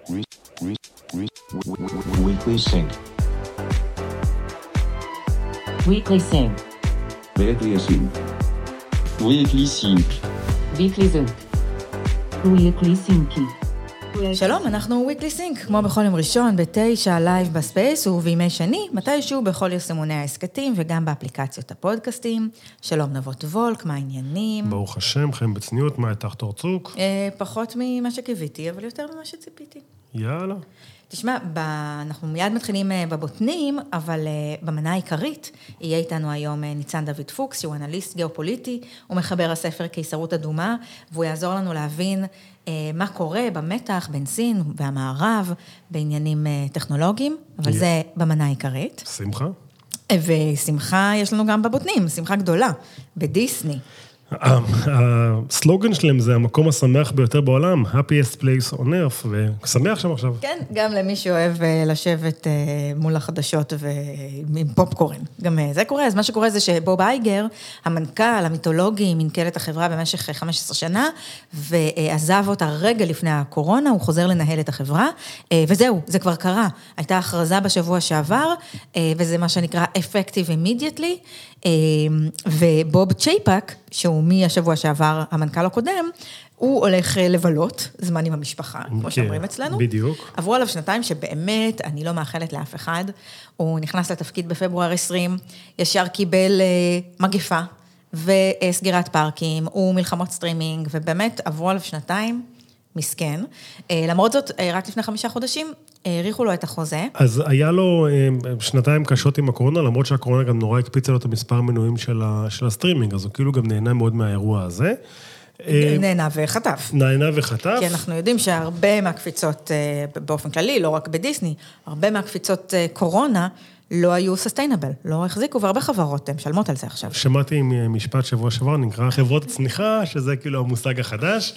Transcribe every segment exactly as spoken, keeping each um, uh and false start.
Weekly Sync. Weekly Sync. Weekly Sync. Weekly Sync. Weekly Sync. Weekly Sync. שלום, אנחנו Weekly Sync, כמו בכל יום ראשון, בתשע, לייב בספייס, ובימי שני, מתישהו בכל יישומוני העסקתים, וגם באפליקציות הפודקאסטים. שלום נבות וולק, מה העניינים? ברוך השם, חיים בצניעות, מה איתך תורצוק? אה, פחות ממה שקיוויתי, אבל יותר ממה שציפיתי. יאללה. תשמע, ב... אנחנו מיד מתחילים בבוטנים, אבל במנה העיקרית יהיה איתנו היום ניצן דוד פוקס, שהוא אנליסט גיאופוליטי, הוא מחבר הספר קיסרות אדומה, והוא יעזור לנו להבין מה קורה במתח בין סין והמערב, בעניינים טכנולוגיים, אבל זה במנה העיקרית. שמחה. ושמחה יש לנו גם בבוטנים, שמחה גדולה, בדיסני. הסלוגן שלהם זה המקום השמח ביותר בעולם, happiest place on earth, ושמח שם עכשיו. כן, גם למי שאוהב לשבת מול החדשות ועם פופקורן. גם זה קורה, אז מה שקורה זה שבוב אייגר, המנכ"ל המיתולוגי, מנכ"ל את החברה במשך חמש עשרה שנה, ועזב אותה רגע לפני הקורונה, הוא חוזר לנהל את החברה, וזהו, זה כבר קרה. הייתה הכרזה בשבוע שעבר, וזה מה שנקרא effective immediately, ובוב צ'ייפק, שהוא מהשבוע שעבר המנכ"ל הקודם, הוא הולך לבלות, זמן עם המשפחה, כמו שאומרים אצלנו. בדיוק. עברו עליו שנתיים שבאמת אני לא מאחלת לאף אחד, הוא נכנס לתפקיד בפברואר עשרים, ישר קיבל מגפה וסגירת פארקים, ומלחמות סטרימינג, ובאמת עברו עליו שנתיים, מסכן. למרות זאת, רק לפני חמישה חודשים, העריכו לו את החוזה. אז היה לו שנתיים קשות עם הקורונה, למרות שהקורונה גם נורא הקפיצה לו את המספר מנויים של, של הסטרימינג, אז הוא כאילו גם נהנה מאוד מהאירוע הזה. נהנה וחטף. נהנה וחטף. כי אנחנו יודעים שהרבה מהקפיצות, באופן כללי, לא רק בדיסני, הרבה מהקפיצות קורונה, לא היו sustainable, לא החזיקו, והרבה חברות משלמות על זה עכשיו. שמעתי משפט שבוע שעבר, נקרא חברות צניחה, שזה כאילו המושג החדש.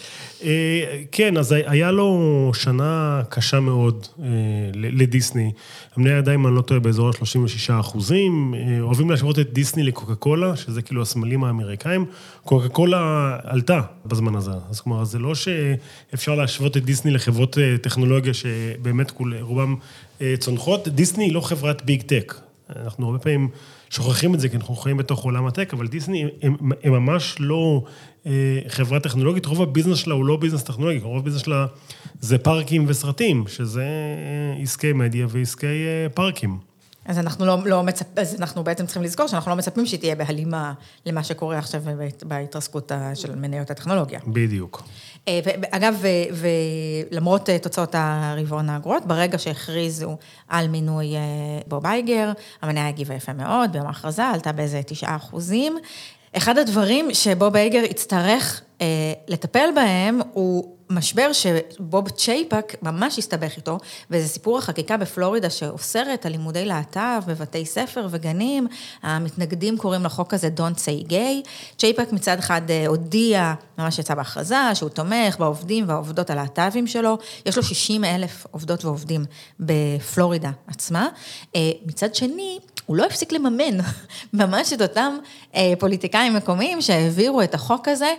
כן, אז היה לו שנה קשה מאוד לדיסני. המניה עדיין, אני לא טועה, באזור ה-שלושים ושישה אחוזים. אוהבים להשוות את דיסני לקוקה קולה, שזה כאילו הסמלים האמריקאים. קוקה קולה עלתה בזמן הזה. אז כלומר, זה לא שאפשר להשוות את דיסני לחברות טכנולוגיה, שבאמת רובם צונחות. דיסני היא לא חברת ביג טק. אנחנו הרבה פעמים שוכחים את זה, כי אנחנו חיים בתוך עולם הטק, אבל דיסני הם, הם ממש לא חברה טכנולוגית. רוב הביזנס שלה הוא לא ביזנס טכנולוגי, רוב הביזנס שלה זה פארקים וסרטים, שזה עסקי מדיה ועסקי פארקים. אז אנחנו לא, לא מצפ... אז אנחנו בעצם צריכים לזכור שאנחנו לא מצפים שהיא תהיה בהלימה למה שקורה עכשיו בהתרסקות של מניות הטכנולוגיה. בדיוק. אגב, ולמרות תוצאות הרבעון הגרועות, ברגע שהכריזו על מינוי בוב אייגר, המניה הגיבה יפה מאוד, ביום ההכרזה עלתה באיזה תשעה אחוזים. אחד הדברים שבוב אייגר יצטרך לטפל בהם הוא משבר שבוב צ'ייפק ממש הסתבך איתו, וזה סיפור החקיקה בפלורידה שאוסרת על לימודי להט"ב בבתי ספר וגנים, המתנגדים קוראים לחוק הזה Don't say gay, צ'ייפק מצד אחד הודיע, ממש יצא בהכרזה, שהוא תומך בעובדים והעובדות הלהט"בים שלו, יש לו שישים אלף עובדות ועובדים בפלורידה עצמה, מצד שני, הוא לא הפסיק לממן ממש את אותם פוליטיקאים מקומיים שהעבירו את החוק הזה,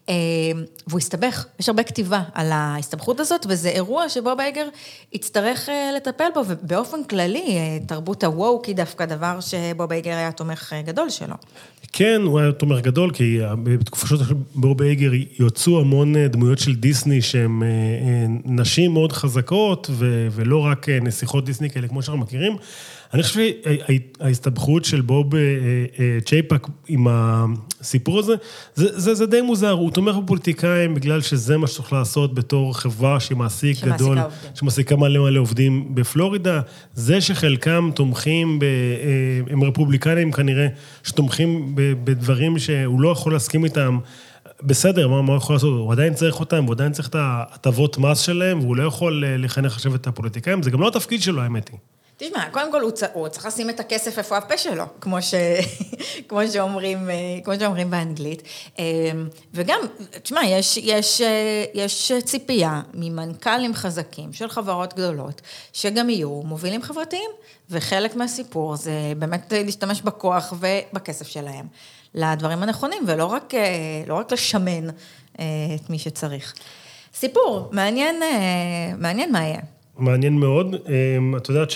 והוא הסתבך, יש הרבה כתיבה על ההסתבכות הזאת, וזה אירוע שבוב אייגר יצטרך לטפל בו, ובאופן כללי, תרבות הווק היא דווקא דבר שבוב אייגר היה תומך גדול שלו. כן, הוא היה תומך גדול, כי בתקופה של בוב אייגר יוצאו המון דמויות של דיסני, שהן נשים מאוד חזקות, ולא רק נסיכות דיסני כאלה, כמו שאנחנו מכירים. אני חושב שההסתבכות של בוב צ'ייפק עם הסיפור הזה, זה, זה, זה די מוזר, הוא תומך בפוליטיקאים בגלל שזה מה שצריך לעשות בתור חברה שמעסיק גדול, שמעסיקה מלא מלא עובדים בפלורידה, זה שחלקם תומכים, ב, הם רפובליקנים כנראה, שתומכים בדברים שהוא לא יכול להסכים איתם, בסדר, מה, מה הוא יכול לעשות? הוא עדיין צריך אותם, הוא עדיין צריך את ההטבות מס שלהם, והוא לא יכול לחנך עכשיו את הפוליטיקאים, זה גם לא התפקיד שלו, האמת היא. תשמע, קודם כל הוא, צ... הוא צריך לשים את הכסף איפה הפה שלו, כמו, ש... כמו, שאומרים, כמו שאומרים באנגלית. וגם, תשמע, יש, יש, יש ציפייה ממנכ"לים חזקים של חברות גדולות, שגם יהיו מובילים חברתיים, וחלק מהסיפור זה באמת להשתמש בכוח ובכסף שלהם, לדברים הנכונים, ולא רק, לא רק לשמן את מי שצריך. סיפור, מעניין, מעניין מה יהיה. מעניין מאוד. את יודעת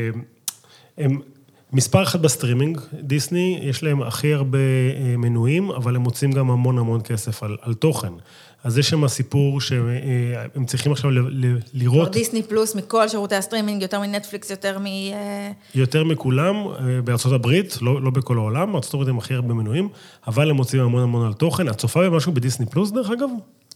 שהם מספר אחד בסטרימינג, דיסני, יש להם הכי הרבה מנויים, אבל הם מוצאים גם המון המון כסף על, על תוכן. אז יש שם הסיפור שהם צריכים עכשיו לראות... דיסני פלוס מכל שירותי הסטרימינג, יותר מנטפליקס, יותר מ... יותר מכולם, בארצות הברית, לא, לא בכל העולם, בארצות הברית הם הכי הרבה מנויים, אבל הם מוצאים המון המון על תוכן. את צופה במשהו בדיסני פלוס, דרך אגב?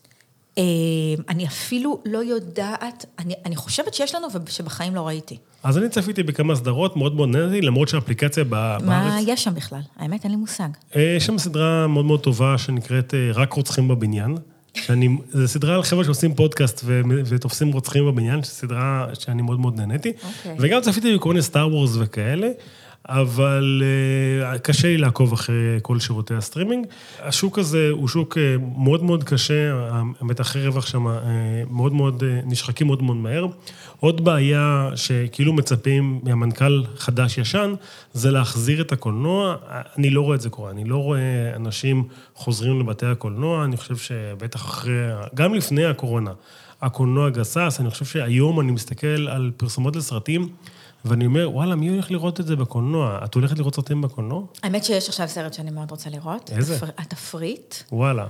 אני אפילו לא יודעת, אני, אני חושבת שיש לנו ושבחיים לא ראיתי. אז אני צפיתי בכמה סדרות, מאוד מאוד נהניתי, למרות שהאפליקציה בארץ... מה יש שם בכלל? האמת, אין לי מושג. יש שם סדרה מאוד מאוד טובה שנקראת רק רוצחים בבניין. שאני, זו סדרה על חבר'ה שעושים פודקאסט ו, ותופסים רוצחים בבניין, שזו סדרה שאני מאוד מאוד נהניתי. Okay. וגם צפיתי בכל מיני סטאר וורס וכאלה, אבל uh, קשה לי לעקוב אחרי כל שירותי הסטרימינג. השוק הזה הוא שוק uh, מאוד מאוד קשה, המתחי רווח שם uh, מאוד מאוד, uh, נשחקים מאוד מאוד מהר. עוד בעיה שכאילו מצפים מהמנכ"ל חדש ישן, זה להחזיר את הקולנוע. אני לא רואה את זה קורה, אני לא רואה אנשים חוזרים לבתי הקולנוע, אני חושב שבטח אחרי, גם לפני הקורונה, הקולנוע גסס, אני חושב שהיום אני מסתכל על פרסומות לסרטים, ואני אומר, וואלה, מי הולך לראות את זה בקולנוע? את הולכת לראות סרטים בקולנוע? האמת שיש עכשיו סרט שאני מאוד רוצה לראות. איזה? התפריט. וואלה.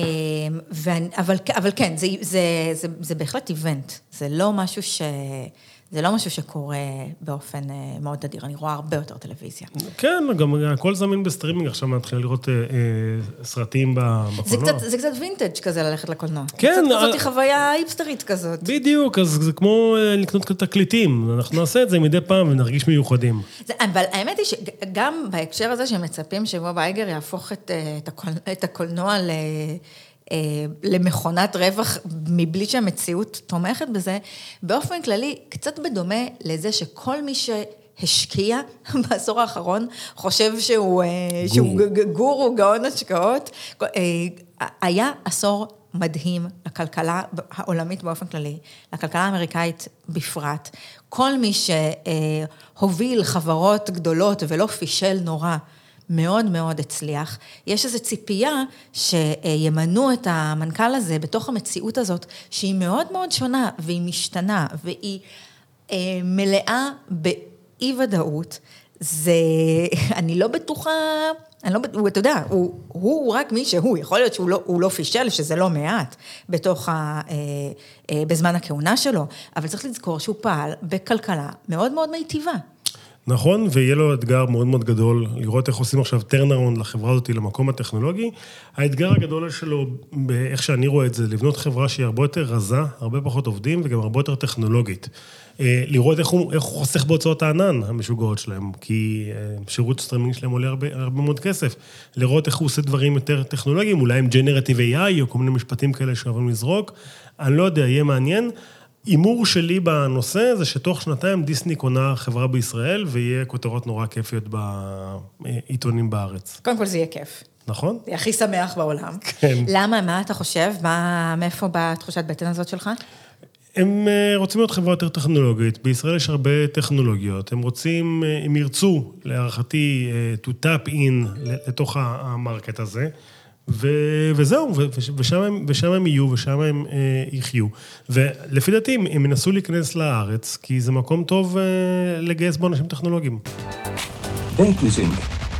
אבל, אבל כן, זה, זה, זה, זה בהחלט איבנט. זה לא משהו ש... זה לא משהו שקורה באופן מאוד תדיר, אני רואה הרבה יותר טלוויזיה. כן, גם הכל זמין בסטרימינג, עכשיו מתחילה לראות אה, אה, סרטים בקולנוע. זה קצת, זה קצת וינטג' כזה ללכת לקולנוע. כן. קצת כזאת חוויה היפסטרית כזאת. בדיוק, אז זה כמו לקנות תקליטים, אנחנו נעשה את זה מדי פעם ונרגיש מיוחדים. זה, אבל האמת היא שגם בהקשר הזה שמצפים שבוב אייגר יהפוך את, את, הקול, את הקולנוע ל... למכונת רווח, מבלי שהמציאות תומכת בזה, באופן כללי, קצת בדומה לזה שכל מי שהשקיע בעשור האחרון, חושב שהוא, שהוא גורו, גאון השקעות, היה עשור מדהים לכלכלה העולמית באופן כללי, לכלכלה האמריקאית בפרט. כל מי שהוביל חברות גדולות ולא פישל נורא, מאוד מאוד הצליח. יש איזו ציפייה שימנו את המנכ"ל הזה בתוך המציאות הזאת, שהיא מאוד מאוד שונה, והיא משתנה, והיא מלאה באי-ודאות. זה, אני לא בטוחה, אני לא, הוא, אתה יודע, הוא, הוא רק מי שהוא, יכול להיות שהוא לא, הוא לא פישל, שזה לא מעט, בתוך ה, בזמן הכהונה שלו, אבל צריך לזכור שהוא פעל בכלכלה מאוד מאוד מיטיבה. נכון, ויהיה לו אתגר מאוד מאוד גדול, לראות איך עושים עכשיו טרנראונד לחברה הזאת, למקום הטכנולוגי. האתגר הגדול שלו, באיך שאני רואה את זה, לבנות חברה שהיא הרבה יותר רזה, הרבה פחות עובדים, וגם הרבה יותר טכנולוגית. לראות איך הוא, איך הוא חוסך בהוצאות הענן, המשוגעות שלהם, כי שירות סטרימינג שלהם עולה הרבה, הרבה מאוד כסף. לראות איך הוא עושה דברים יותר טכנולוגיים, אולי עם ג'נרטיב איי איי, או כל מיני משפטים כאלה שאוהבים לזרוק. אני לא יודע, יהיה מעניין. אימור שלי בנושא זה שתוך שנתיים דיסני קונה חברה בישראל, ויהיה כותרות נורא כיפיות בעיתונים בארץ. קודם כל זה יהיה כיף. נכון? זה הכי שמח בעולם. כן. למה, מה אתה חושב? מה, מאיפה בתחושת בטן הזאת שלך? הם רוצים להיות חברה יותר טכנולוגית, בישראל יש הרבה טכנולוגיות, הם רוצים, הם ירצו, להערכתי, to tap in לתוך המרקט הזה, ו- וזהו, ו- ושם הם, ושם הם יהיו, ושם הם אה, יחיו. ולפי דעתי, הם ינסו להיכנס לארץ, כי זה מקום טוב אה, לגייס בו אנשים טכנולוגיים. Backlysink.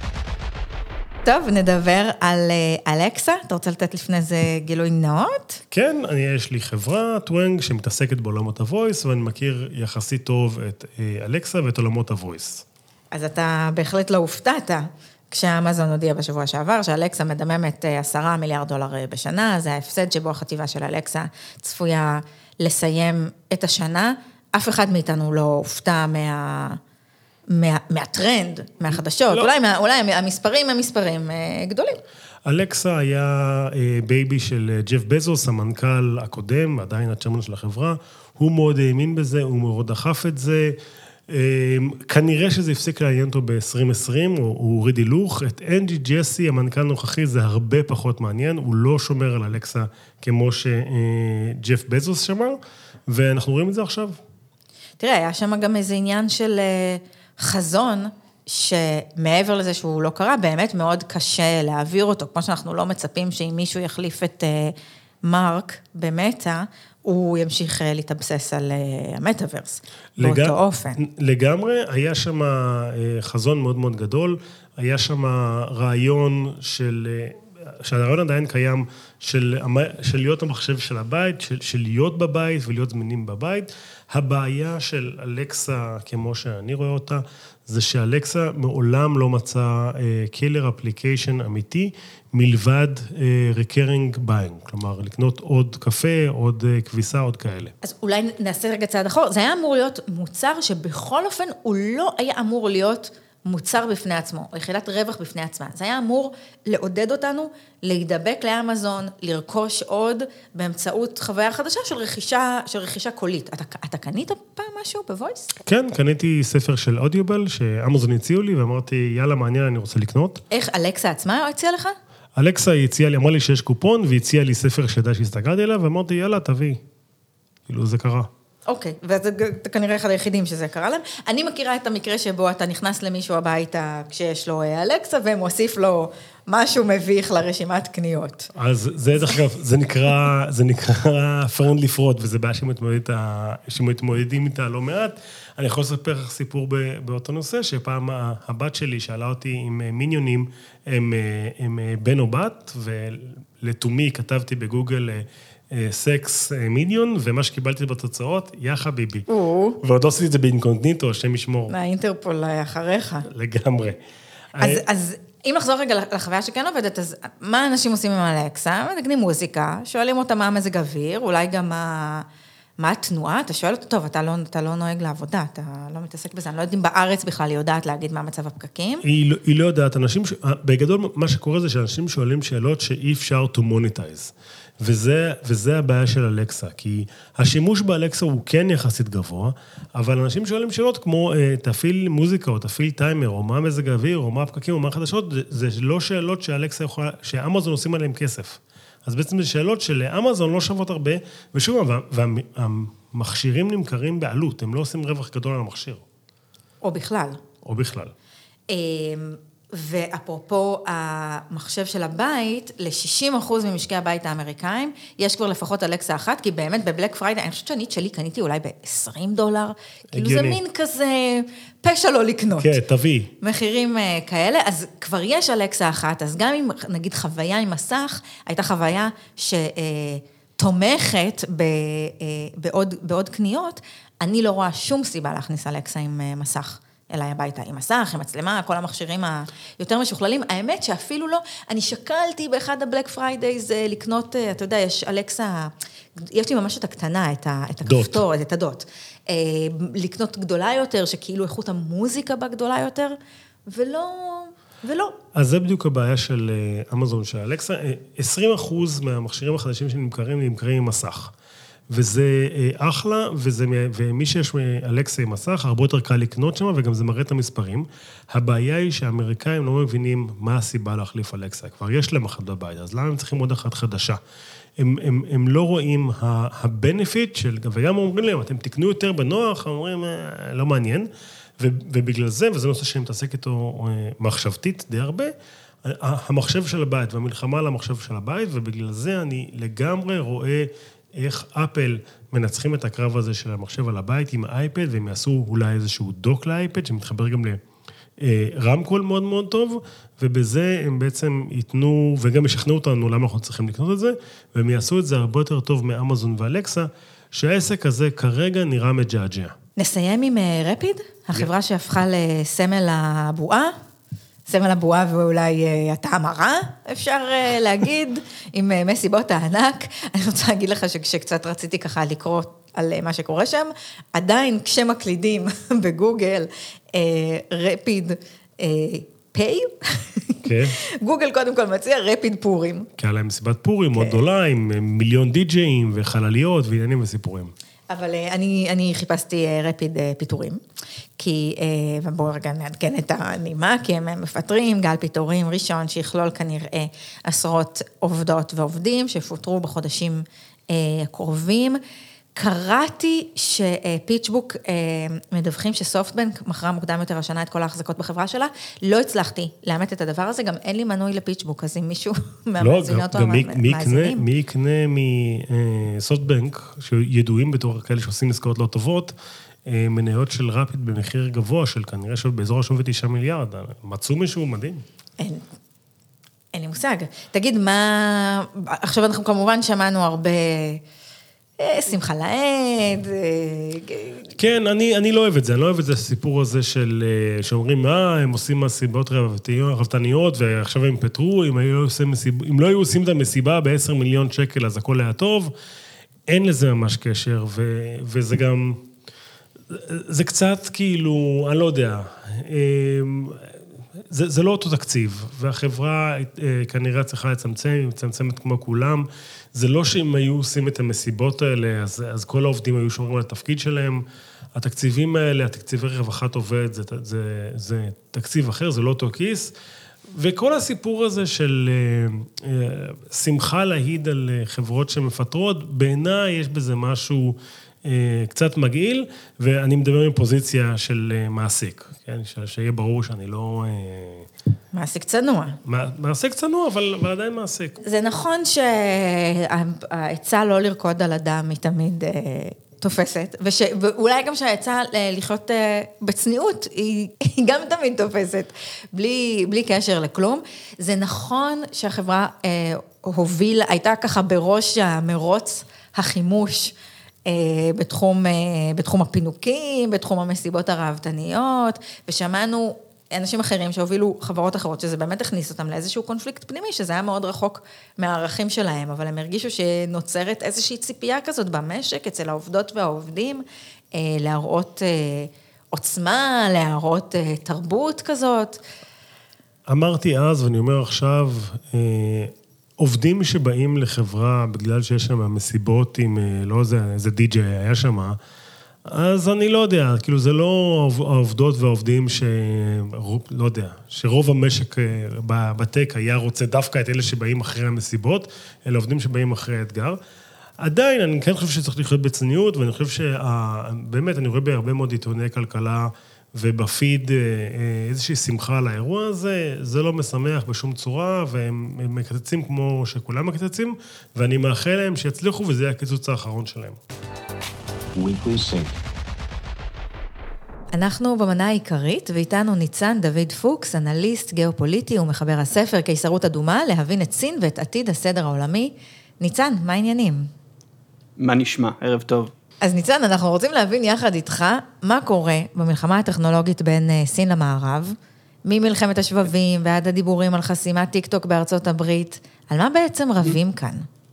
טוב, נדבר על אה, אלקסה. אתה רוצה לתת לפני זה גילוי נאות? כן, אני, יש לי חברה, טוונג, שמתעסקת בעולמות הוויס, ואני מכיר יחסית טוב את אה, אלקסה ואת עולמות הוויס. אז אתה בהחלט לא הופתעת. כשהאמזון הודיע בשבוע שעבר, שאלקסה מדממת עשרה מיליארד דולר בשנה, זה ההפסד שבו החטיבה של אלקסה צפויה לסיים את השנה. אף אחד מאיתנו לא הופתע מה, מה, מהטרנד, מהחדשות. לא. אולי, אולי המספרים הם מספרים גדולים. אלקסה היה בייבי של ג'ף בזוס, המנכ"ל הקודם, עדיין הצ'רמן של החברה. הוא מאוד האמין בזה, הוא מאוד דחף את זה. כנראה שזה הפסיק לעניין אותו ב-עשרים עשרים, הוא הוריד הילוך, את אנג'י ג'סי, המנכ"ל הנוכחי, זה הרבה פחות מעניין, הוא לא שומר על אלקסה כמו שג'ף בזוס שמר, ואנחנו רואים את זה עכשיו. תראה, היה שם גם איזה עניין של חזון, שמעבר לזה שהוא לא קרה, באמת מאוד קשה להעביר אותו, כמו שאנחנו לא מצפים שאם מישהו יחליף את מרק במטה, הוא ימשיך להתאבסס על המטאברס, לג... באותו אופן. לגמרי, היה שם חזון מאוד מאוד גדול, היה שם רעיון של, שהרעיון עדיין קיים, של, של להיות המחשב של הבית, של, של להיות בבית ולהיות זמינים בבית. הבעיה של אלקסה, כמו שאני רואה אותה, זה שאלקסה מעולם לא מצא קילר אפליקיישן אמיתי, מלבד recurring buying, כלומר, לקנות עוד קפה, עוד כביסה, עוד כאלה. אז אולי נעשה רגע צעד אחור, זה היה אמור להיות מוצר שבכל אופן הוא לא היה אמור להיות מוצר בפני עצמו, או יחידת רווח בפני עצמה. זה היה אמור לעודד אותנו, להידבק לאמזון, לרכוש עוד, באמצעות חוויה חדשה של רכישה, של רכישה קולית. אתה, אתה קנית פעם משהו בוויס? כן, קניתי ספר של אודיובל, שאמזון הציעו לי, ואמרתי, יאללה, מעניין, אני רוצה לקנות. איך אלקסה עצמה הציעה לך? אלקסה הציעה לי, אמרה לי שיש קופון, והציעה לי ספר שידע שהסתגרתי אליו, ואמרתי, יאללה, תביא. כאילו, זה קרה. אוקיי, וזה כנראה אחד היחידים שזה קרה להם. אני מכירה את המקרה שבו אתה נכנס למישהו הביתה כשיש לו אלקסה, ומוסיף לו משהו מביך לרשימת קניות. אז זה, דרך אגב, זה נקרא, זה נקרא friendly fraud, וזה בעיה שמתמודדים איתה לא מעט. אני יכול לספר לך סיפור באותו נושא, שפעם הבת שלי שאלה אותי אם מיניונים הם, הם בן או בת, ולתומי כתבתי בגוגל סקס מיניון, ומה שקיבלתי בתוצאות, יא חביבי. ועוד לא עשיתי את זה באינקוגניטו, השם ישמור. מהאינטרפול אחריך. לגמרי. אז, אז אם נחזור רגע לחוויה שכן עובדת, אז מה אנשים עושים עם אלקסה? מנגנים מוזיקה, שואלים אותה מה מזג אוויר, אולי גם מה, מה התנועה, אתה שואל אותה, טוב, אתה לא, אתה לא נוהג לעבודה, אתה לא מתעסק בזה, אני לא יודעים בארץ בכלל, היא יודעת להגיד מה מצב הפקקים. היא, היא לא יודעת, אנשים, ש... בגדול מה שקורה זה שאנשים שואלים שאלות שאי אפשר to monetize. וזה, וזה הבעיה של אלקסה, כי השימוש באלקסה הוא כן יחסית גבוה, אבל אנשים שואלים שאלות כמו, תפעיל מוזיקה, או תפעיל טיימר, או מה מזג האוויר, או מה הפקקים, או מה חדשות, זה, זה לא שאלות שאלקסה יכולה, שאמזון עושים עליהם כסף. אז בעצם זה שאלות שלאמזון לא שוות הרבה, ושוב, והמכשירים נמכרים בעלות, הם לא עושים רווח גדול על המכשיר. או בכלל. או בכלל. ואפרופו המחשב של הבית, ל-שישים אחוז ממשקי הבית האמריקאים, יש כבר לפחות אלקסה אחת, כי באמת בבלק פריידי, אני חושבת שאני את שלי קניתי אולי ב-עשרים דולר, כאילו זה מין כזה פשע לא לקנות. כן, תביא. מחירים כאלה, אז כבר יש אלקסה אחת, אז גם אם נגיד חוויה עם מסך, הייתה חוויה שתומכת בעוד, בעוד קניות, אני לא רואה שום סיבה להכניס אלקסה עם מסך. אליי הביתה, עם מסך, עם מצלמה, כל המכשירים היותר משוכללים. האמת שאפילו לא, אני שקלתי באחד הבלק פריידייז לקנות, אתה יודע, יש אלקסה, יש לי ממש את הקטנה, את הכפתור, את הדוט. לקנות גדולה יותר, שכאילו איכות המוזיקה בה גדולה יותר, ולא, ולא. אז זה בדיוק הבעיה של אמזון, של אלקסה. עשרים אחוז מהמכשירים החדשים שנמכרים, נמכרים עם מסך. וזה אחלה, וזה, ומי שיש אלקסה עם מסך, הרבה יותר קל לקנות שם, וגם זה מראה את המספרים. הבעיה היא שהאמריקאים לא מבינים מה הסיבה להחליף אלקסה. כבר יש להם אחת בבית, אז למה הם צריכים עוד אחת חדשה? הם, הם, הם לא רואים הבנפיט של, וגם אומרים להם, אתם תקנו יותר בנוח, הם אומרים, לא מעניין, ו, ובגלל זה, וזה נושא שאני מתעסק איתו מחשבתית די הרבה, המחשב של הבית והמלחמה על המחשב של הבית, ובגלל זה אני לגמרי רואה איך אפל מנצחים את הקרב הזה של המחשב על הבית עם האייפד, והם יעשו אולי איזשהו דוק לאייפד, שמתחבר גם לרמקול מאוד מאוד טוב, ובזה הם בעצם ייתנו, וגם ישכנעו אותנו למה אנחנו צריכים לקנות את זה, והם יעשו את זה הרבה יותר טוב מאמזון ואלקסה, שהעסק הזה כרגע נראה מג'עג'ע. נסיים עם רפיד, החברה שהפכה לסמל הבועה, סמל הבועה ואולי התאמרה, אפשר להגיד, עם מסיבות הענק. אני רוצה להגיד לך שכשקצת רציתי ככה לקרוא על מה שקורה שם, עדיין כשמקלידים בגוגל, רפיד פיי, גוגל קודם כל מציע רפיד פורים. כי היה להם מסיבת פורים מאוד גדולה, עם מיליון די-ג'אים וחלליות ועניינים וסיפורים. אבל אני, אני חיפשתי רפיד פיטורים, כי, ובואו רגע נעדכן את הנימה, כי הם מפטרים גל פיטורים ראשון, שיכלול כנראה עשרות עובדות ועובדים, שפוטרו בחודשים הקרובים. קראתי שפיצ'בוק מדווחים שסופטבנק מכרה מוקדם יותר השנה את כל ההחזקות בחברה שלה, לא הצלחתי לאמת את הדבר הזה, גם אין לי מנוי לפיצ'בוק, אז אם מישהו מהמאזינות או המאזינים. מי יקנה מסופטבנק, שידועים בתור כאלה שעושים עסקאות לא טובות, מניות של רפיד במחיר גבוה של כנראה של באזור ה-שבעים ותשעה מיליארד, מצאו מישהו מדהים. אין. אין לי מושג. תגיד, מה... עכשיו אנחנו כמובן שמענו הרבה... שמחה לעד. כן, אני, אני לא אוהב את זה, אני לא אוהב את זה, הסיפור הזה של, שאומרים, מה, הם עושים מסיבות רבתניות, ועכשיו הם פטרו, אם, היו עושים מסיב, אם לא היו עושים את המסיבה ב-עשרה מיליון שקל, אז הכל היה טוב. אין לזה ממש קשר, ו, וזה גם, זה קצת כאילו, אני לא יודע, זה, זה לא אותו תקציב, והחברה כנראה צריכה לצמצם, היא מצמצמת כמו כולם, זה לא שאם היו עושים את המסיבות האלה, אז, אז כל העובדים היו שומרים על התפקיד שלהם, התקציבים האלה, התקציבי רווחת עובד, זה, זה, זה תקציב אחר, זה לא אותו כיס, וכל הסיפור הזה של אה, אה, שמחה להעיד על חברות שמפטרות, בעיניי יש בזה משהו אה, קצת מגעיל, ואני מדבר מפוזיציה של אה, מעסיק, כן? ש, שיהיה ברור שאני לא... אה, מעסיק צנוע. מעסיק צנוע, אבל, אבל עדיין מעסיק. זה נכון שהעצה לא לרקוד על אדם היא תמיד אה, תופסת, וש, ואולי גם שהעצה לחיות אה, בצניעות היא, היא גם תמיד תופסת, בלי, בלי קשר לכלום. זה נכון שהחברה אה, הובילה, הייתה ככה בראש המרוץ החימוש, אה, בתחום, אה, בתחום הפינוקים, בתחום המסיבות הרעבתניות, ושמענו אנשים אחרים שהובילו חברות אחרות, שזה באמת הכניס אותם לאיזשהו קונפליקט פנימי, שזה היה מאוד רחוק מהערכים שלהם, אבל הם הרגישו שנוצרת איזושהי ציפייה כזאת במשק, אצל העובדות והעובדים, להראות עוצמה, להראות תרבות כזאת. אמרתי אז, ואני אומר עכשיו, עובדים שבאים לחברה, בגלל שיש שם מסיבות עם, לא יודע, איזה די-ג'יי היה שם, אז אני לא יודע, כאילו זה לא העובדות והעובדים ש... לא יודע, שרוב המשק בטק היה רוצה דווקא את אלה שבאים אחרי המסיבות, אלא עובדים שבאים אחרי האתגר. עדיין, אני כן חושב שצריך לחיות בצניעות, ואני חושב שבאמת, אני רואה בהרבה מאוד עיתוני כלכלה, ובפיד איזושהי שמחה על האירוע הזה, זה לא משמח בשום צורה, והם מקצצים כמו שכולם מקצצים, ואני מאחל להם שיצליחו, וזה יהיה הקיצוץ האחרון שלהם. Weekly Sync. אנחנו במנה העיקרית, ואיתנו ניצן דוד פוקס, אנליסט גיאופוליטי ומחבר הספר קיסרות אדומה, להבין את סין ואת עתיד הסדר העולמי. ניצן, מה העניינים? מה נשמע? ערב טוב. אז ניצן, אנחנו רוצים להבין יחד איתך מה קורה במלחמה הטכנולוגית בין סין למערב, ממלחמת השבבים ועד הדיבורים על חסימת טיק טוק בארצות הברית, על מה בעצם רבים כאן?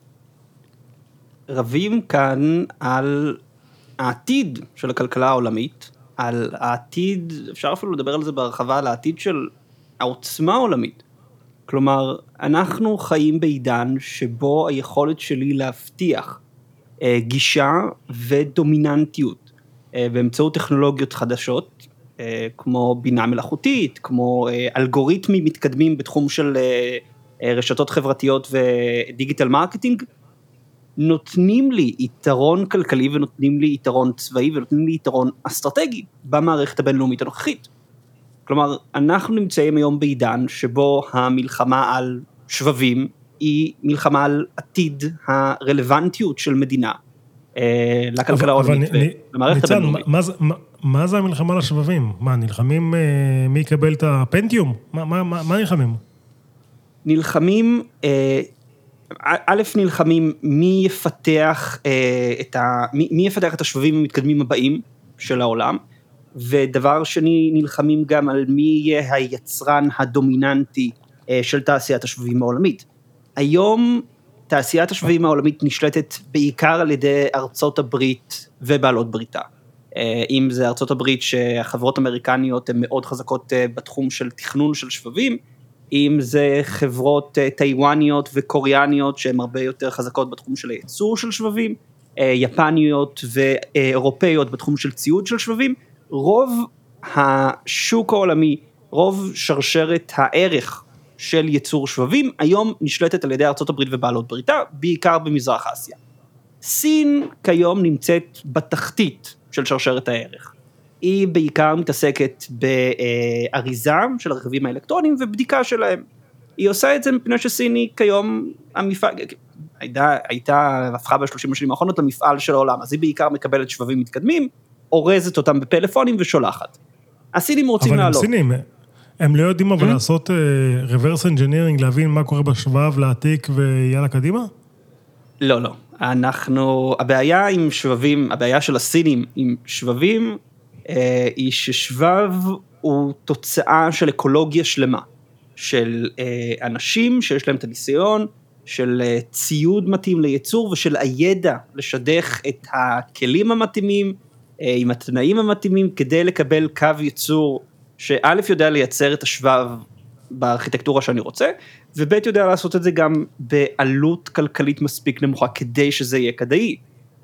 רבים כאן על העתיד של הכלכלה העולמית, על העתיד, אפשר אפילו לדבר על זה בהרחבה, על העתיד של העוצמה העולמית. כלומר, אנחנו חיים בעידן שבו היכולת שלי להבטיח אה, גישה ודומיננטיות אה, באמצעות טכנולוגיות חדשות, אה, כמו בינה מלאכותית, כמו אה, אלגוריתמים מתקדמים בתחום של אה, אה, רשתות חברתיות ודיגיטל מרקטינג, נותנים לי יתרון כלכלי ונותנים לי יתרון צבאי ונותנים לי יתרון אסטרטגי במערכת הבינלאומית הנוכחית. כלומר, אנחנו נמצאים היום בעידן שבו המלחמה על שבבים היא מלחמה על עתיד הרלוונטיות של מדינה אה, לכלכלה העולמית ולמערכת הבינלאומית. מה, מה, מה זה המלחמה על השבבים? מה, נלחמים אה, מי יקבל את הפנטיום? מה, מה, מה, מה נלחמים? נלחמים... אה, א' נלחמים מי יפתח את ה מי, מי יפתח את השבבים המתקדמים הבאים של העולם, ודבר שני נלחמים גם על מי יהיה היצרן הדומיננטי של תעשיית השבבים העולמית. היום תעשיית השבבים העולמית נשלטת בעיקר על ידי ארצות הברית ובעלות בריתה. אם זה ארצות הברית שהחברות אמריקניות הן מאוד חזקות בתחום של תכנון של שבבים, אם זה חברות טיוואניות וקוריאניות שהן הרבה יותר חזקות בתחום של הייצור של שבבים, יפניות ואירופאיות בתחום של ציוד של שבבים, רוב השוק העולמי, רוב שרשרת הערך של ייצור שבבים, היום נשלטת על ידי ארצות הברית ובעלות בריתה, בעיקר במזרח אסיה. סין כיום נמצאת בתחתית של שרשרת הערך. היא בעיקר מתעסקת באריזה של הרכיבים האלקטרוניים ובדיקה שלהם. היא עושה את זה מפני שסין היא כיום המפעל, הייתה, הייתה הפכה בשלושים השנים האחרונות למפעל של העולם, אז היא בעיקר מקבלת שבבים מתקדמים, אורזת אותם בפלאפונים ושולחת. הסינים רוצים אבל לעלות. אבל הם סינים, הם לא יודעים אבל לעשות uh, reverse engineering, להבין מה קורה בשבב, להעתיק ויאללה קדימה? לא, לא. אנחנו, הבעיה עם שבבים, הבעיה של הסינים עם שבבים, אה, היא ששבב הוא תוצאה של אקולוגיה שלמה, של אה, אנשים שיש להם את הניסיון, של אה, ציוד מתאים לייצור, ושל הידע לשדך את הכלים המתאימים, אה, עם התנאים המתאימים, כדי לקבל קו ייצור, שא' יודע לייצר את השבב בארכיטקטורה שאני רוצה, וב' יודע לעשות את זה גם בעלות כלכלית מספיק נמוכה, כדי שזה יהיה כדאי.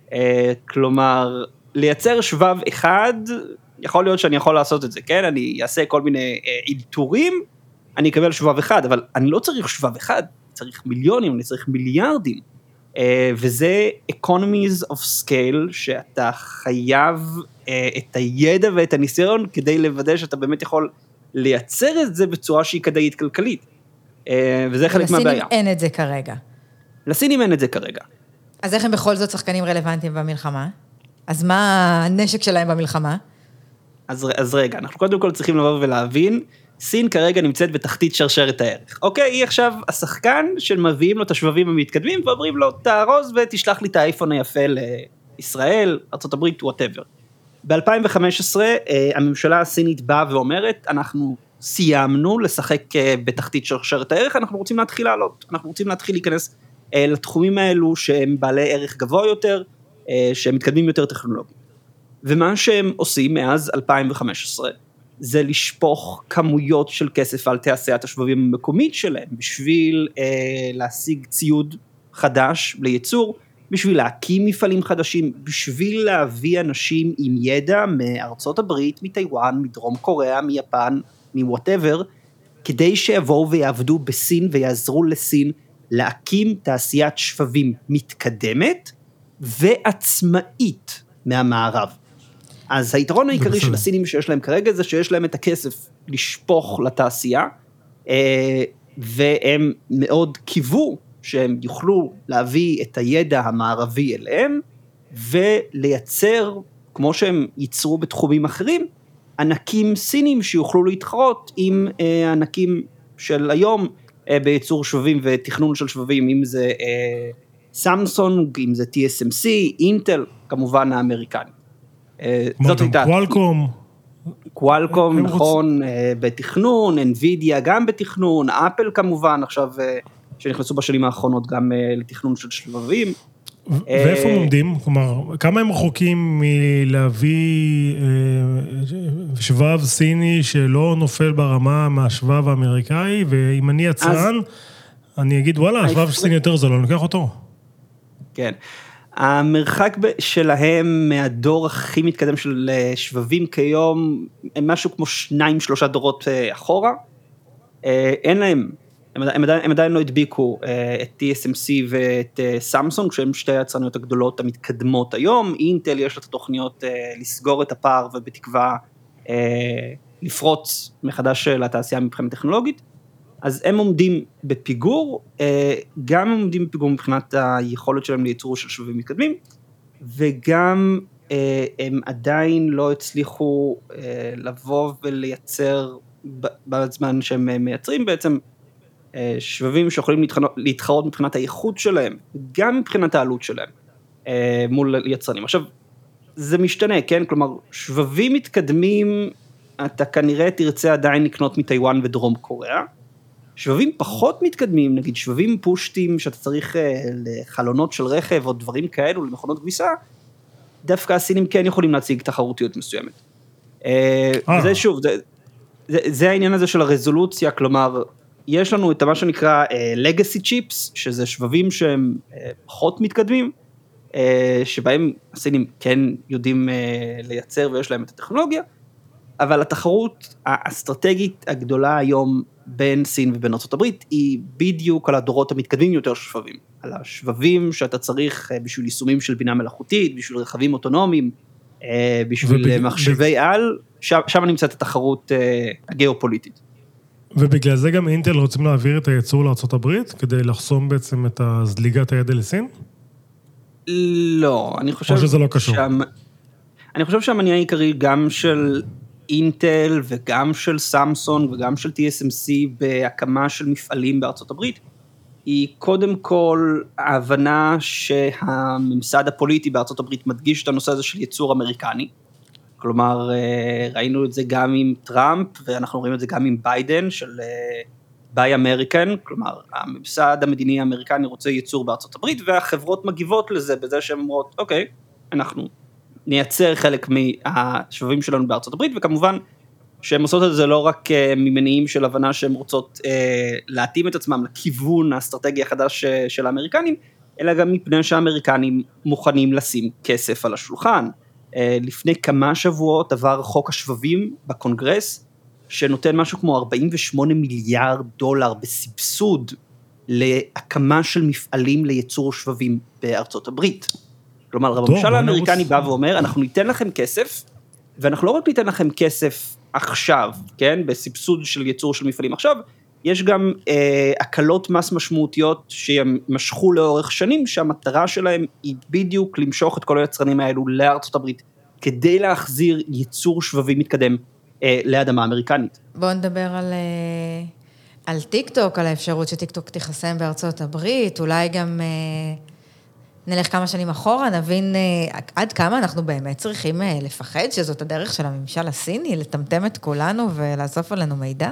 כלומר, לייצר שבב אחד, יכול להיות שאני יכול לעשות את זה, כן? אני אעשה כל מיני אילתורים, אני אקבל שבב אחד, אבל אני לא צריך שבב אחד, צריך מיליונים, אני צריך מיליארדים. וזה economies of scale, שאתה חייב את הידע ואת הניסיון, כדי לוודא שאתה באמת יכול לייצר את זה בצורה שהיא כדאית כלכלית. וזה חלק מהבעיה. לסינים אין את זה כרגע. לסינים אין את זה כרגע. אז איך הם בכל זאת שחקנים רלוונטיים במלחמה? אז מה הנשק שלהם במלחמה? אז, אז רגע, אנחנו קודם כל צריכים לבוא ולהבין, סין כרגע נמצאת בתחתית שרשרת הערך. אוקיי, היא עכשיו השחקן של מביאים לו את השבבים המתקדמים, ואומרים לו, תארוז ותשלח לי את האייפון היפה לישראל, ארצות הברית, whatever. ב-אלפיים וחמש עשרה, הממשלה הסינית באה ואומרת, אנחנו סיימנו לשחק בתחתית שרשרת הערך, אנחנו רוצים להתחיל לעלות, אנחנו רוצים להתחיל להיכנס לתחומים האלו שהם בעלי ערך גבוה יותר, שהם מתקדמים יותר טכנולוגיים. ומה שהם עושים מאז אלפיים וחמש עשרה, זה לשפוך כמויות של כסף על תעשיית השבבים המקומית שלהם, בשביל אה, להשיג ציוד חדש לייצור, בשביל להקים מפעלים חדשים, בשביל להביא אנשים עם ידע מארצות הברית, מטיואן, מדרום קוריאה, מיפן, מוואטאבר, כדי שיבואו ויעבדו בסין ויעזרו לסין להקים תעשיית שבבים מתקדמת ועצמאית מהמערב. אז היתרון העיקרי של הסינים שיש להם כרגע זה שיש להם את הכסף לשפוך לתעשייה, והם מאוד קיוו שהם יוכלו להביא את הידע המערבי אליהם, ולייצר, כמו שהם ייצרו בתחומים אחרים, ענקים סינים שיוכלו להתחרות עם ענקים של היום בייצור שבבים ותכנון של שבבים, אם זה סמסונג, אם זה טי אס אם סי, אינטל, כמובן האמריקני. זאת הייתה. קואלקום. קואלקום, נכון, בתכנון, אנווידיה גם בתכנון, אפל כמובן, עכשיו שנכנסו בשנים האחרונות גם לתכנון של שבבים. ואיפה הם עומדים? כלומר, כמה הם רחוקים מלהביא שבב סיני שלא נופל ברמה מהשבב האמריקאי, ואם אני יצרן, אני אגיד, וואלה, השבב סיני יותר זול, אני לוקח אותו. כן. המרחק שלהם מהדור הכי מתקדם של שבבים כיום, הם משהו כמו שניים, שלושה דורות אחורה. אין להם, הם עדיין, הם עדיין לא הדביקו את טי אס אם סי ואת סמסונג, שהם שתי היצרניות הגדולות המתקדמות היום. אינטל יש לה את התוכניות לסגור את הפער ובתקווה לפרוץ מחדש לתעשייה מבחינה טכנולוגית. אז הם עומדים בפיגור, גם הם עומדים בפיגור מבחינת היכולת שלהם לייצור של שבבים מתקדמים, וגם הם עדיין לא הצליחו לבוא ולייצר בזמן שהם מייצרים בעצם שבבים שיכולים להתחרות מבחינת האיכות שלהם, גם מבחינת העלות שלהם מול יצרנים. עכשיו, זה משתנה, כן? כלומר, שבבים מתקדמים, אתה כנראה תרצה עדיין לקנות מטיואן ודרום קוריאה, שבבים פחות מתקדמים, נגיד שבבים פושטים שאתה צריך לחלונות של רכב או דברים כאלו, למכונות כביסה, דווקא הסינים כן יכולים להציג תחרותיות מסוימת. וזה שוב, זה, זה, זה העניין הזה של הרזולוציה, כלומר, יש לנו את מה שנקרא legacy chips, שזה שבבים שהם פחות מתקדמים, שבהם הסינים כן יודעים לייצר ויש להם את הטכנולוגיה, אבל התחרות האסטרטגית הגדולה היום בין סין ובין ארצות הברית, היא בדיוק על הדורות המתקדמים יותר של שבבים. על השבבים שאתה צריך בשביל יישומים של בינה מלאכותית, בשביל רכבים אוטונומיים, בשביל ובג... מחשבי בג... על, שם, שם נמצאת התחרות הגיאופוליטית. ובגלל זה גם אינטל רוצים להעביר את הייצור לארצות הברית, כדי לחסום בעצם את הזליגת הידע לסין? לא, אני חושב... או שזה לא קשור? שם... אני חושב שהמניע העיקרי גם של אינטל וגם של סמסונג וגם של טי אס אם סי בהקמה של מפעלים בארצות הברית, היא קודם כל ההבנה שהממסד הפוליטי בארצות הברית מדגיש את הנושא הזה של ייצור אמריקני. כלומר, ראינו את זה גם עם טראמפ, ואנחנו רואים את זה גם עם ביידן, של ביי אמריקן, כלומר, הממסד המדיני האמריקני רוצה ייצור בארצות הברית, והחברות מגיבות לזה בזה שהן אומרות, אוקיי, אנחנו נייצר חלק מהשבבים שלנו בארצות הברית, וכמובן שהן עושות את זה לא רק ממניעים של הבנה שהן רוצות להתאים את עצמם לכיוון האסטרטגי החדש של האמריקנים, אלא גם מפני שהאמריקנים מוכנים לשים כסף על השולחן. לפני כמה שבועות עבר חוק השבבים בקונגרס, שנותן משהו כמו ארבעים ושמונה מיליארד דולר בסבסוד להקמה של מפעלים לייצור שבבים בארצות הברית. כלומר, הממשל האמריקני בא ואומר, אנחנו ניתן לכם כסף, ואנחנו לא רק ניתן לכם כסף עכשיו, כן, בסבסוד של ייצור של מפעלים עכשיו, יש גם אה, הקלות מס משמעותיות שמשכו לאורך שנים, שהמטרה שלהם היא בדיוק למשוך את כל היצרנים האלו לארצות הברית, כדי להחזיר ייצור שבבים מתקדם אה, לאדמה אמריקנית. בואו נדבר על, אה, על טיק טוק, על האפשרות שטיק טוק תיחסם בארצות הברית, אולי גם אה, נלך כמה שנים אחורה, נבין אה, עד כמה אנחנו באמת צריכים אה, לפחד, שזאת הדרך של הממשל הסיני, לטמטם את כולנו ולאסוף עלינו מידע?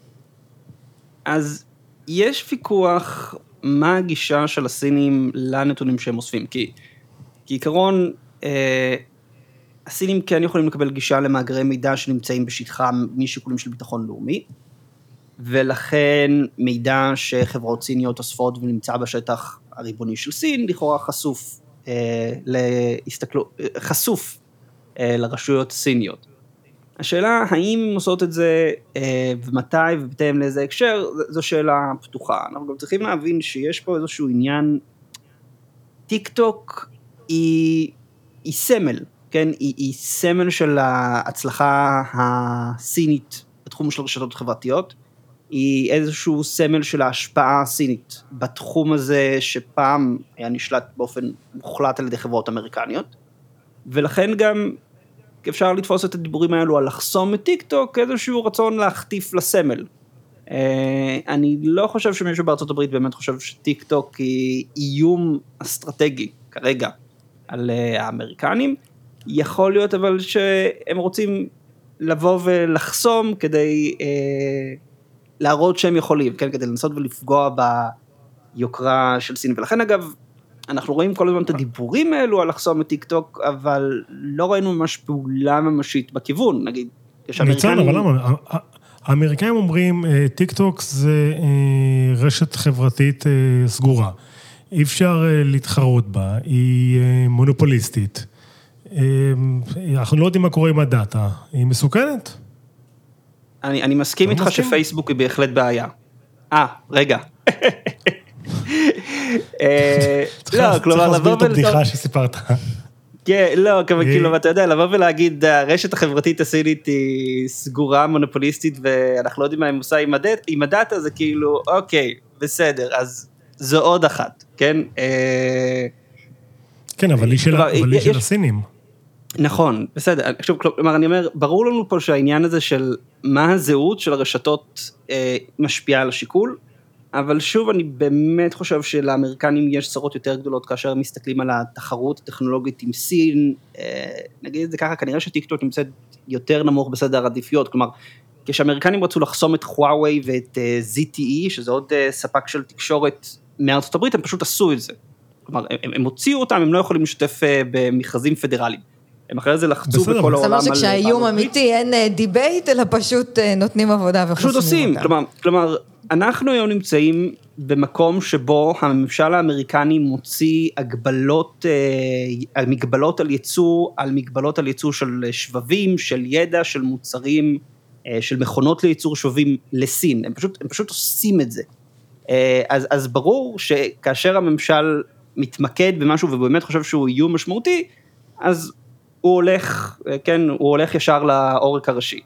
אז יש ויכוח מה הגישה של הסינים לנתונים שהם אוספים, כי כעיקרון, אה, הסינים כן יכולים לקבל גישה למאגרי מידע שנמצאים בשטחם משיקולים של ביטחון לאומי, ולכן מידע שחברות סיניות אוספות ונמצא בשטח הריבוני של סין, לכאורה חשוף, אה, להסתכלו, חשוף אה, לרשויות סיניות. השאלה, האם עושות את זה, אה, ומתי ובתאם לאיזה הקשר, זו שאלה פתוחה. אנחנו גם צריכים להבין שיש פה איזשהו עניין, טיק טוק היא, היא סמל, כן? היא, היא סמל של ההצלחה הסינית בתחום של רשתות חברתיות, היא איזשהו סמל של ההשפעה הסינית בתחום הזה שפעם היה נשלט באופן מוחלט על ידי חברות אמריקניות, ולכן גם אפשר לתפוס את הדיבורים האלו על לחסום את טיק טוק, איזשהו רצון להחטיף לסמל. אני לא חושב שמישהו בארצות הברית באמת חושב שטיק טוק היא איום אסטרטגי כרגע על האמריקנים, יכול להיות אבל שהם רוצים לבוא ולחסום כדי להראות שהם יכולים, כן? כדי לנסות ולפגוע ביוקרה של סין, ולכן אגב, אנחנו רואים כל הזמן את הדיבורים האלו על לחסום את טיק טוק, אבל לא ראינו ממש פעולה ממשית בכיוון, נגיד, יש אמריקנים... ניצן, אבל למה? האמריקאים אומרים, טיק טוק זה רשת חברתית סגורה, אי אפשר להתחרות בה, היא מונופוליסטית, אנחנו לא יודעים מה קורה עם הדאטה, היא מסוכנת? אני, אני מסכים איתך שפייסבוק היא בהחלט בעיה. אה, רגע. לא, כלומר, לבוא את הבדיחה שסיפרת. כן, לא, כאילו, אתה יודע, לבוא ולהגיד, הרשת החברתית הסינית היא סגורה, מונופוליסטית, ואנחנו לא יודעים מה הם עושה עם הדאטה, זה כאילו, אוקיי, בסדר, אז זו עוד אחת, כן? כן, אבל היא של הסינים. נכון, בסדר, עכשיו, כלומר, אני אומר, ברור לנו פה שהעניין הזה של מה הזהות של הרשתות אה, משפיעה על השיקול, אבל שוב, אני באמת חושב שלאמריקנים יש צרות יותר גדולות, כאשר מסתכלים על התחרות הטכנולוגית עם סין, אה, נגיד את זה ככה, כנראה שטיקטוק נמצאת יותר נמוך בסדר העדיפויות, כלומר, כשאמריקנים רצו לחסום את חוואווי ואת אה, זד טי אי, שזה עוד אה, ספק של תקשורת מארצות הברית, הם פשוט עשו את זה. כלומר, הם, הם הוציאו אותם, הם לא יכולים לשתף אה, במכרזים פדרליים. הם אחרי זה לחצו בכל העולם. זאת אומרת שכשהאיום אמיתי אין דיבייט, אלא פשוט נותנים עבודה וחוסמים אותם. פשוט עושים, כלומר, כלומר, אנחנו היום נמצאים במקום שבו הממשל האמריקני מוציא הגבלות, אה, מגבלות על ייצוא, על מגבלות על ייצוא של שבבים, של ידע, של מוצרים, אה, של מכונות לייצור שבבים לסין. הם פשוט, הם פשוט עושים את זה. אה, אז, אז ברור שכאשר הממשל מתמקד במשהו ובאמת חושב שהוא איום משמעותי, אז הוא הולך, כן, הוא הולך ישר לעורק הראשי.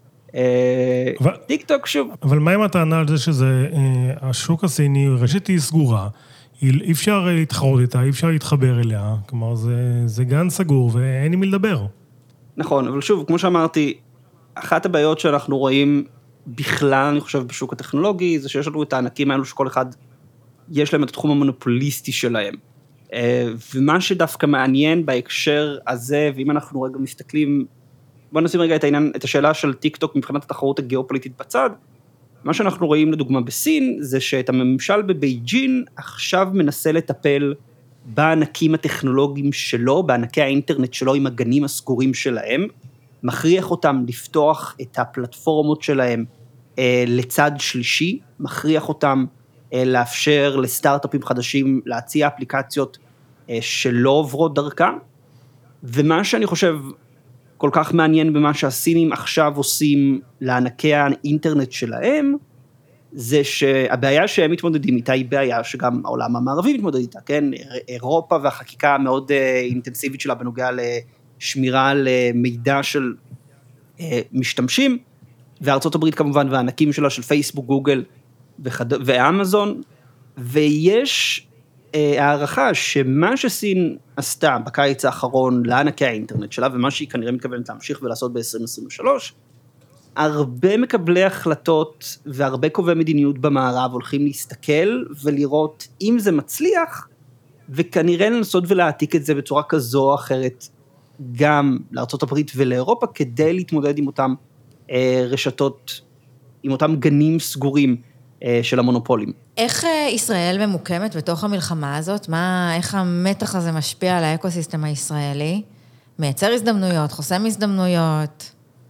טיק טוק שוב. אבל מה אם הטענה על זה שזה, השוק הסיני, ראשית היא סגורה, אי אפשר להתחרות איתה, אי אפשר להתחבר אליה, כלומר זה, זה גן סגור ואין עם מי לדבר. נכון, אבל שוב, כמו שאמרתי, אחת הבעיות שאנחנו רואים בכלל, אני חושב, בשוק הטכנולוגי, זה שיש לנו את הענקים האלו שכל אחד, יש להם את התחום המונופוליסטי שלהם. ומה שדווקא מעניין בהקשר הזה, ואם אנחנו רגע מסתכלים, בוא נשים רגע את העניין, את השאלה של טיק טוק מבחינת התחרות הגיאופוליטית בצד, מה שאנחנו רואים לדוגמה בסין, זה שאת הממשל בבייג'ין עכשיו מנסה לטפל בענקים הטכנולוגיים שלו, בענקי האינטרנט שלו עם הגנים הסגורים שלהם, מכריח אותם לפתוח את הפלטפורמות שלהם אה, לצד שלישי, מכריח אותם אה, לאפשר לסטארט-אפים חדשים להציע אפליקציות אה, שלא עוברות דרכם, ומה שאני חושב כל כך מעניין במה שהסינים עכשיו עושים לענקי האינטרנט שלהם, זה שהבעיה שהם מתמודדים איתה היא בעיה שגם העולם המערבי מתמודד איתה, כן? אירופה והחקיקה המאוד אינטנסיבית שלה בנוגע לשמירה על מידע של משתמשים, וארצות הברית כמובן והענקים שלה של פייסבוק, גוגל ואמזון, ויש הערכה שמה שסין עשתה בקיץ האחרון לענקי האינטרנט שלה, ומה שהיא כנראה מתכוונת להמשיך ולעשות ב-עשרים עשרים ושלוש, הרבה מקבלי החלטות והרבה קובעי מדיניות במערב הולכים להסתכל ולראות אם זה מצליח, וכנראה לנסות ולהעתיק את זה בצורה כזו או אחרת, גם לארצות הברית ולאירופה, כדי להתמודד עם אותם אה, רשתות, עם אותם גנים סגורים אה, של המונופולים. איך ישראל ממוקמת בתוך המלחמה הזאת? מה, איך המתח הזה משפיע על האקוסיסטם הישראלי? מייצר הזדמנויות, חוסם הזדמנויות?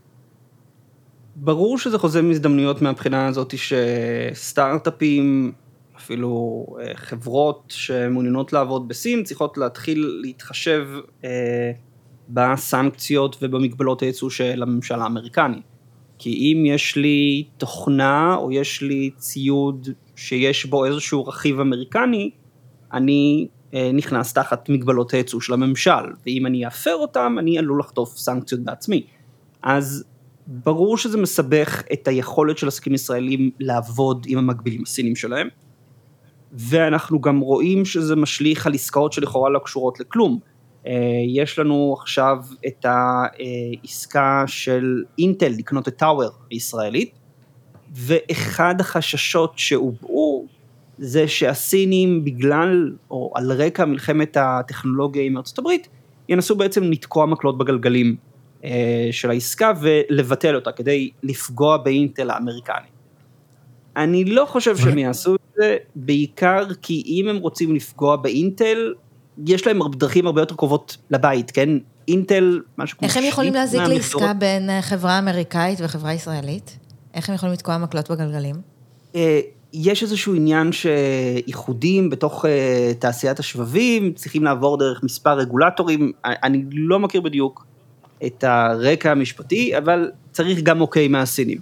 ברור שזה חוסם הזדמנויות מהבחינה הזאת שסטארט-אפים, אפילו חברות שמעוניינות לעבוד בסין, צריכות להתחיל להתחשב אה, בסנקציות ובמגבלות הייצוא של הממשל האמריקני. כי אם יש לי תוכנה או יש לי ציוד שיש בו איזשהו רכיב אמריקני, אני אה, נכנס תחת מגבלות הייצוא של הממשל, ואם אני אפר אותם, אני עלול לחטוף סנקציות בעצמי. אז ברור שזה מסבך את היכולת של עסקים ישראלים לעבוד עם המקבילים הסינים שלהם, ואנחנו גם רואים שזה משליך על עסקאות שלכאורה לא קשורות לכלום. יש לנו עכשיו את העסקה של אינטל לקנות את טאוור הישראלית, ואחד החששות שהובאו זה שהסינים בגלל או על רקע מלחמת הטכנולוגיה עם ארצות הברית, ינסו בעצם לתקוע מקלות בגלגלים של העסקה ולבטל אותה כדי לפגוע באינטל האמריקני. אני לא חושב שהם יעשו את זה, בעיקר כי אם הם רוצים לפגוע באינטל, יש להם דרכים הרבה יותר קרובות לבית, כן? אינטל, משהו כמו... איך הם יכולים להזיק לעסקה בין חברה אמריקאית וחברה ישראלית? איך הם יכולים לתקוע מקלות בגלגלים? יש איזשהו עניין שייחודים בתוך תעשיית השבבים, צריכים לעבור דרך מספר רגולטורים, אני לא מכיר בדיוק את הרקע המשפטי, אבל צריך גם אוקיי מהסינים.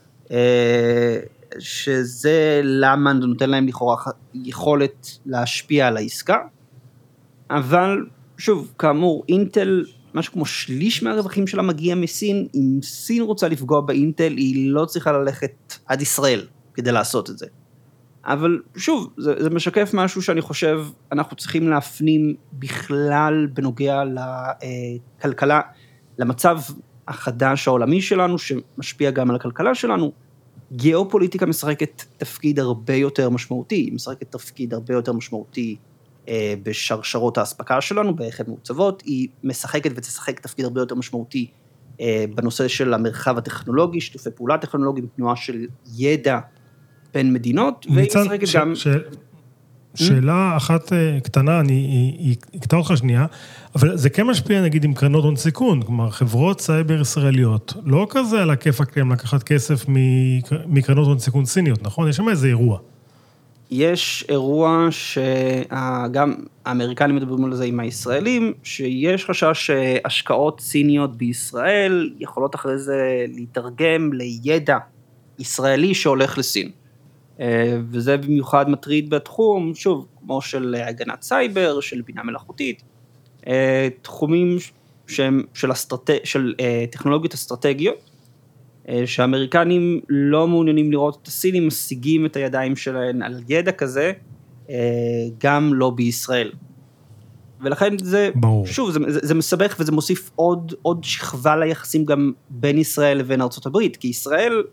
שזה למה זה נותן להם לכאורה יכולת להשפיע על העסקה, אבל שוב, כאמור, אינטל, משהו כמו שליש מהרווחים שלה מגיע מסין, אם סין רוצה לפגוע באינטל, היא לא צריכה ללכת עד ישראל כדי לעשות את זה. אבל שוב, זה, זה משקף משהו שאני חושב, אנחנו צריכים להפנים בכלל בנוגע לכלכלה, למצב החדש העולמי שלנו, שמשפיע גם על הכלכלה שלנו. גיאופוליטיקה משחקת תפקיד הרבה יותר משמעותי, היא משחקת תפקיד הרבה יותר משמעותי אה, בשרשרות ההספקה שלנו, באיך הן מעוצבות, היא משחקת ותשחק תפקיד הרבה יותר משמעותי אה, בנושא של המרחב הטכנולוגי, שיתופי פעולה טכנולוגיים, תנועה של ידע בין מדינות, והיא משחקת ש... גם... ש... שאלה אחת קטנה, אני אקטע אותך שנייה, אבל זה כן משפיע נגיד עם קרנות הון סיכון, כלומר חברות סייבר ישראליות, לא כזה על הכיף הקיים לקחת כסף מקרנות הון סיכון סיניות, נכון? יש שם איזה אירוע. יש אירוע שגם האמריקנים מדברים על זה עם הישראלים, שיש חשש שהשקעות סיניות בישראל יכולות אחרי זה להתרגם לידע ישראלי שהולך לסין. וזה במיוחד מטריד בתחום, שוב, כמו של הגנת סייבר, של בינה מלאכותית, תחומים שהם של, אסטרט... של טכנולוגיות אסטרטגיות, שהאמריקנים לא מעוניינים לראות את הסינים, משיגים את הידיים שלהם על ידע כזה, גם לא בישראל. ולכן זה, ברור. שוב, זה, זה, זה מסבך וזה מוסיף עוד, עוד שכבה ליחסים גם בין ישראל לבין ארצות הברית, כי ישראל,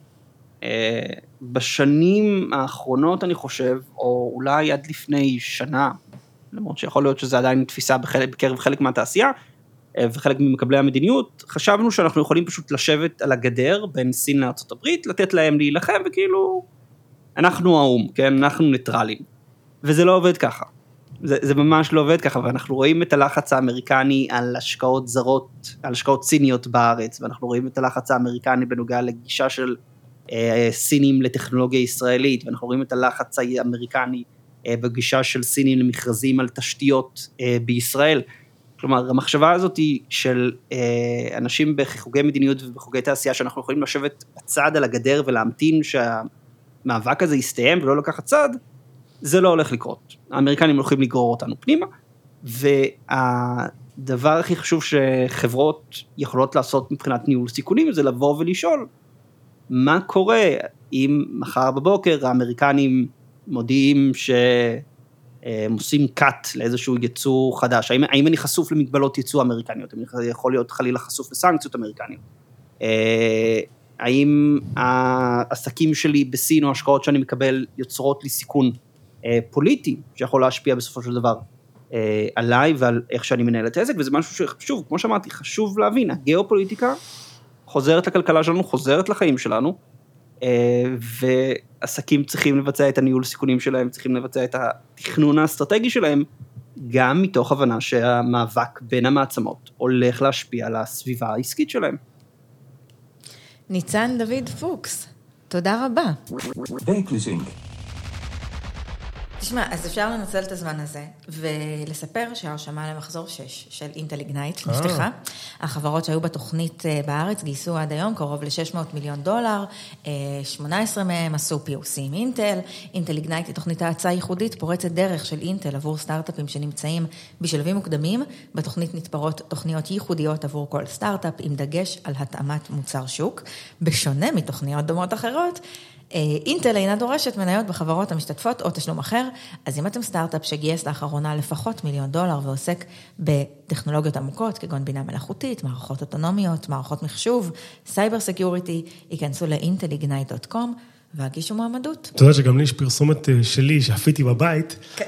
בשנים האחרונות אני חושב, או אולי עד לפני שנה, למרות שיכול להיות שזה עדיין תפיסה בחלק, בקרב חלק מהתעשייה, וחלק ממקבלי המדיניות, חשבנו שאנחנו יכולים פשוט לשבת על הגדר בין סין לארצות הברית, לתת להם להילחם, וכאילו, אנחנו האום, כן, אנחנו ניטרלים. וזה לא עובד ככה. זה, זה ממש לא עובד ככה, ואנחנו רואים את הלחץ האמריקני על השקעות זרות, על השקעות סיניות בארץ, ואנחנו רואים את הלחץ האמריקני בנוגע לגישה של אה, סינים לטכנולוגיה ישראלית, ואנחנו רואים את הלחץ האמריקני אה, בגישה של סינים למכרזים על תשתיות אה, בישראל. כלומר, המחשבה הזאת היא של אה, אנשים בחוגי מדיניות ובחוגי תעשייה, שאנחנו יכולים לשבת בצד על הגדר ולהמתין שהמאבק הזה יסתיים ולא לקחת צד, זה לא הולך לקרות. האמריקנים הולכים לגרור אותנו פנימה, והדבר הכי חשוב שחברות יכולות לעשות מבחינת ניהול סיכונים, זה לבוא ולשאול, מה קורה אם מחר בבוקר האמריקנים מודיעים ש... הם עושים קאט לאיזשהו ייצוא חדש, האם, האם אני חשוף למגבלות ייצוא אמריקניות, אני יכול להיות חלילה חשוף לסנקציות אמריקניות, האם העסקים שלי בסין או השקעות שאני מקבל יוצרות לי סיכון פוליטי, שיכול להשפיע בסופו של דבר עליי ועל איך שאני מנהל את העסק, וזה משהו שחשוב, כמו שאמרתי, חשוב להבין, הגיאופוליטיקה חוזרת לכלכלה שלנו, חוזרת לחיים שלנו, ועסקים צריכים לבצע את הניהול סיכונים שלהם, צריכים לבצע את התכנון האסטרטגי שלהם, גם מתוך הבנה שהמאבק בין המעצמות הולך להשפיע על הסביבה העסקית שלהם. ניצן דוד פוקס, תודה רבה. Bakelysink. תשמע, אז אפשר לנצל את הזמן הזה, ולספר שההרשמה למחזור שש של אינטל איגנייט נפתחה. החברות שהיו בתוכנית בארץ גייסו עד היום קרוב ל-שש מאות מיליון דולר, שמונה עשרה מהם עשו פי או סי עם אינטל. אינטל איגנייט היא תוכנית ההצעה ייחודית, פורצת דרך של אינטל עבור סטארט-אפים שנמצאים בשלבים מוקדמים. בתוכנית נתפרות תוכניות ייחודיות עבור כל סטארט-אפ, עם דגש על התאמת מוצר שוק. בשונה מתוכניות דומות אחרות, אינטל אינה דורשת מניות בחברות המשתתפות או תשלום אחר, אז אם אתם סטארט-אפ שגייס לאחרונה לפחות מיליון דולר ועוסק בטכנולוגיות עמוקות, כגון בינה מלאכותית, מערכות אוטונומיות, מערכות מחשוב, סייבר סקיוריטי, ייכנסו ל-אינטל איגנייט דוט קום והגישו מועמדות. אתה יודע שגם לי יש פרסומת שלי שאפיתי בבית.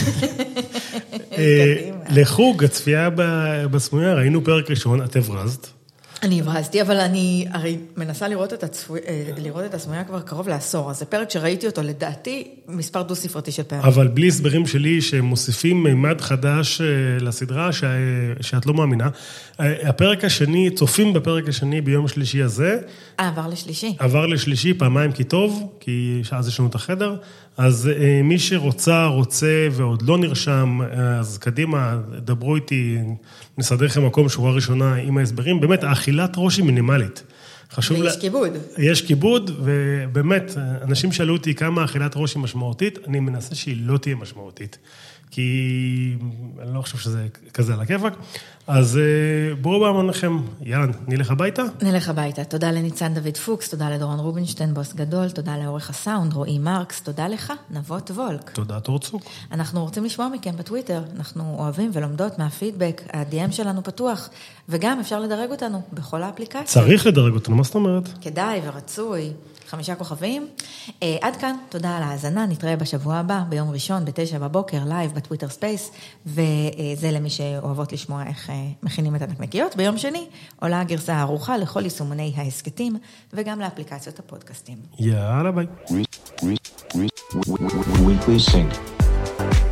לחוג הצפייה בסמויה, ראינו פרק ראשון, את הברזת. אני הברזתי, אבל אני הרי מנסה לראות את, הצפו... לראות את הסמויה כבר קרוב לעשור, אז זה פרק שראיתי אותו לדעתי מספר דו ספרתי של פעמים. אבל בלי הסברים שלי שמוסיפים מימד חדש לסדרה ש... שאת לא מאמינה. הפרק השני, צופים בפרק השני ביום שלישי הזה. עבר לשלישי. עבר לשלישי, פעמיים כי טוב, כי שאז יש לנו את החדר. אז מי שרוצה, רוצה ועוד לא נרשם, אז קדימה, דברו איתי, נסדר לכם מקום שורה ראשונה עם ההסברים. באמת, האכילת ראש היא מינימלית. חשוב ויש לה... כיבוד. יש כיבוד, ובאמת, אנשים שאלו אותי כמה האכילת ראש היא משמעותית, אני מנסה שהיא לא תהיה משמעותית. כי אני לא חושב שזה כזה על הכיפק. אז בואו באמון לכם, יאללה, נלך הביתה? נלך הביתה. תודה לניצן דוד פוקס, תודה לדורון רובינשטיין, בוס גדול, תודה לעורך הסאונד, רועי מרקס, תודה לך, נבות וולק. תודה, תורצוק. אנחנו רוצים לשמוע מכם בטוויטר, אנחנו אוהבים ולומדות מהפידבק, ה-די אם שלנו פתוח, וגם אפשר לדרג אותנו בכל האפליקציה. צריך לדרג אותנו, מה זאת אומרת? כדאי ורצוי. חמישה כוכבים. עד כאן, תודה על ההאזנה, נתראה בשבוע הבא, ביום ראשון, בתשע בבוקר, לייב בטוויטר ספייס, וזה למי שאוהבות לשמוע איך מכינים את הנקניקיות. ביום שני, עולה הגרסה הארוחה לכל יישומוני ההסקטים, וגם לאפליקציות הפודקאסטים. יאללה ביי. Weekly Sync.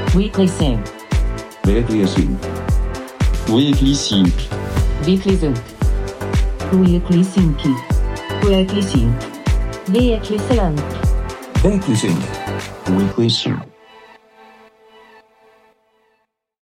Weekly Sync. Weekly Sync. Weekly Sync. Weekly Sync. Weekly Sync. Weekly Sync. Weekly Sync. Weekly Sync. Weekly Sync.